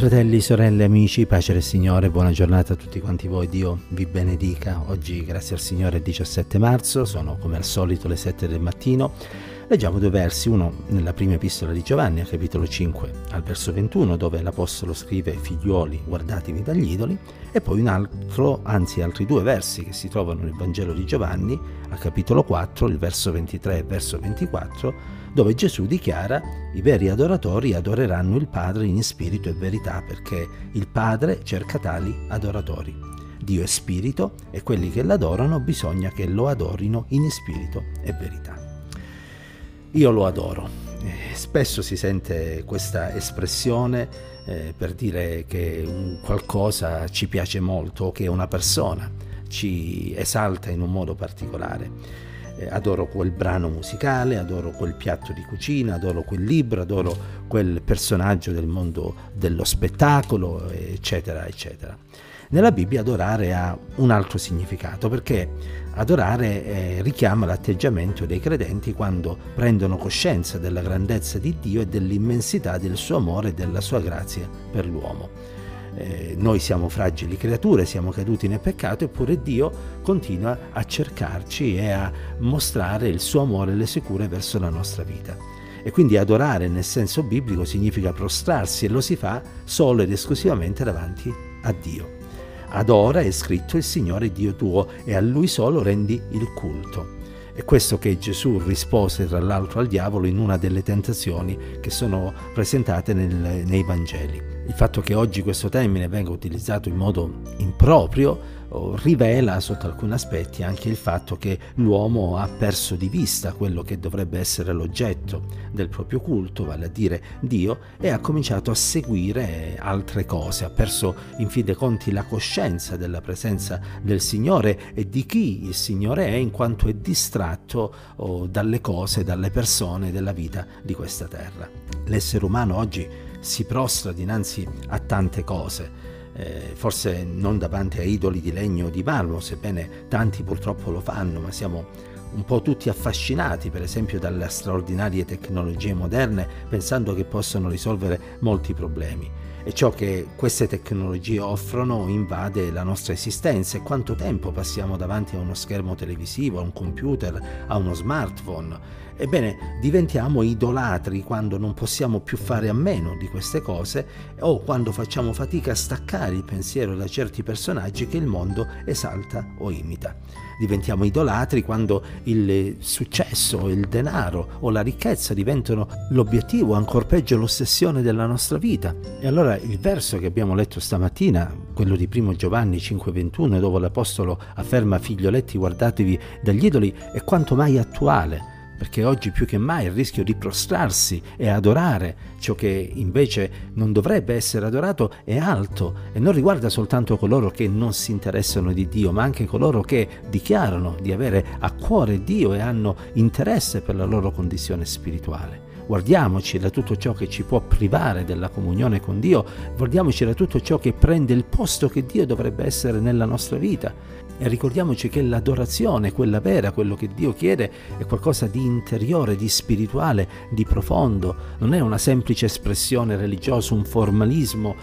Fratelli, sorelle, amici, pace del Signore, buona giornata a tutti quanti voi, Dio vi benedica. Oggi, grazie al Signore, è 17 marzo, sono come al solito le 7 del mattino. Leggiamo due versi, uno nella prima epistola di Giovanni, al capitolo 5, al verso 21, dove l'Apostolo scrive: figliuoli, guardatevi dagli idoli, e poi un altro, anzi altri due versi che si trovano nel Vangelo di Giovanni, al capitolo 4, il verso 23 e verso 24, dove Gesù dichiara: i veri adoratori adoreranno il Padre in spirito e verità, perché il Padre cerca tali adoratori. Dio è spirito e quelli che l'adorano bisogna che lo adorino in spirito e verità. Io lo adoro. Spesso si sente questa espressione per dire che un qualcosa ci piace molto o che una persona ci esalta in un modo particolare. Adoro quel brano musicale, adoro quel piatto di cucina, adoro quel libro, adoro quel personaggio del mondo dello spettacolo, eccetera, eccetera. Nella Bibbia adorare ha un altro significato, perché adorare richiama l'atteggiamento dei credenti quando prendono coscienza della grandezza di Dio e dell'immensità del suo amore e della sua grazia per l'uomo. Noi siamo fragili creature, siamo caduti nel peccato, eppure Dio continua a cercarci e a mostrare il suo amore e le sue cure verso la nostra vita. E quindi adorare nel senso biblico significa prostrarsi, e lo si fa solo ed esclusivamente davanti a Dio. Adora, è scritto, il Signore Dio tuo, e a Lui solo rendi il culto. È questo che Gesù rispose tra l'altro al diavolo in una delle tentazioni che sono presentate nei Vangeli. Il fatto che oggi questo termine venga utilizzato in modo improprio rivela sotto alcuni aspetti anche il fatto che l'uomo ha perso di vista quello che dovrebbe essere l'oggetto del proprio culto, vale a dire Dio, e ha cominciato a seguire altre cose, ha perso in fin dei conti la coscienza della presenza del Signore e di chi il Signore è, in quanto è distratto dalle cose, dalle persone, della vita di questa terra. L'essere umano oggi si prostra dinanzi a tante cose, forse non davanti a idoli di legno o di marmo, sebbene tanti purtroppo lo fanno, ma siamo un po' tutti affascinati per esempio dalle straordinarie tecnologie moderne, pensando che possano risolvere molti problemi. E ciò che queste tecnologie offrono invade la nostra esistenza. E quanto tempo passiamo davanti a uno schermo televisivo, a un computer, a uno smartphone? Ebbene, diventiamo idolatri quando non possiamo più fare a meno di queste cose, o quando facciamo fatica a staccare il pensiero da certi personaggi che il mondo esalta o imita. Diventiamo idolatri quando il successo, il denaro o la ricchezza diventano l'obiettivo, ancor peggio l'ossessione della nostra vita. E allora il verso che abbiamo letto stamattina, quello di 1 Giovanni 5,21, dove l'Apostolo afferma: figlioletti, guardatevi dagli idoli, è quanto mai attuale, perché oggi più che mai il rischio di prostrarsi e adorare ciò che invece non dovrebbe essere adorato è alto, e non riguarda soltanto coloro che non si interessano di Dio, ma anche coloro che dichiarano di avere a cuore Dio e hanno interesse per la loro condizione spirituale. Guardiamoci da tutto ciò che ci può privare della comunione con Dio, guardiamoci da tutto ciò che prende il posto che Dio dovrebbe essere nella nostra vita, e ricordiamoci che l'adorazione, quella vera, quello che Dio chiede, è qualcosa di interiore, di spirituale, di profondo. Non è una semplice espressione religiosa, un formalismo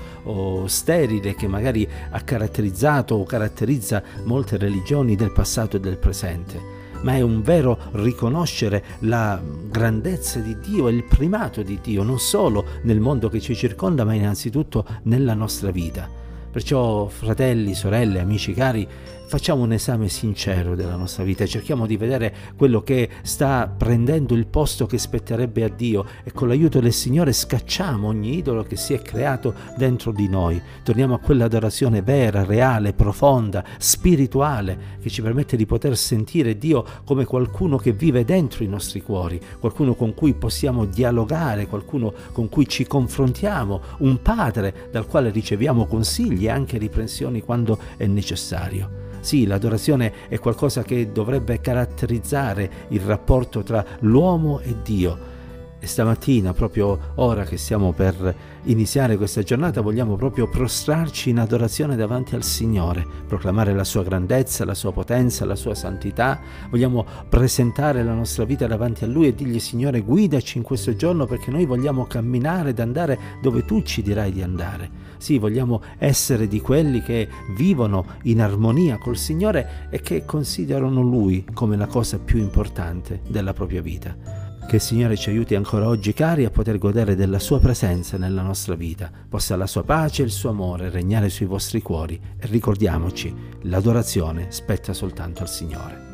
sterile che magari ha caratterizzato o caratterizza molte religioni del passato e del presente, ma è un vero riconoscere la grandezza di Dio e il primato di Dio, non solo nel mondo che ci circonda, ma innanzitutto nella nostra vita. Perciò, fratelli, sorelle, amici cari, facciamo un esame sincero della nostra vita e cerchiamo di vedere quello che sta prendendo il posto che spetterebbe a Dio, e con l'aiuto del Signore scacciamo ogni idolo che si è creato dentro di noi. Torniamo a quell'adorazione vera, reale, profonda, spirituale, che ci permette di poter sentire Dio come qualcuno che vive dentro i nostri cuori, qualcuno con cui possiamo dialogare, qualcuno con cui ci confrontiamo, un padre dal quale riceviamo consigli e anche riprensioni quando è necessario. Sì, l'adorazione è qualcosa che dovrebbe caratterizzare il rapporto tra l'uomo e Dio, E stamattina, proprio ora che stiamo per iniziare questa giornata, vogliamo proprio prostrarci in adorazione davanti al Signore, proclamare la sua grandezza, la sua potenza, la sua santità. Vogliamo presentare la nostra vita davanti a Lui e dirgli: Signore, guidaci in questo giorno, perché noi vogliamo camminare ed andare dove Tu ci dirai di andare. Sì, vogliamo essere di quelli che vivono in armonia col Signore e che considerano Lui come la cosa più importante della propria vita. Che il Signore ci aiuti ancora oggi, cari, a poter godere della Sua presenza nella nostra vita. Possa la Sua pace e il Suo amore regnare sui vostri cuori. E ricordiamoci, l'adorazione spetta soltanto al Signore.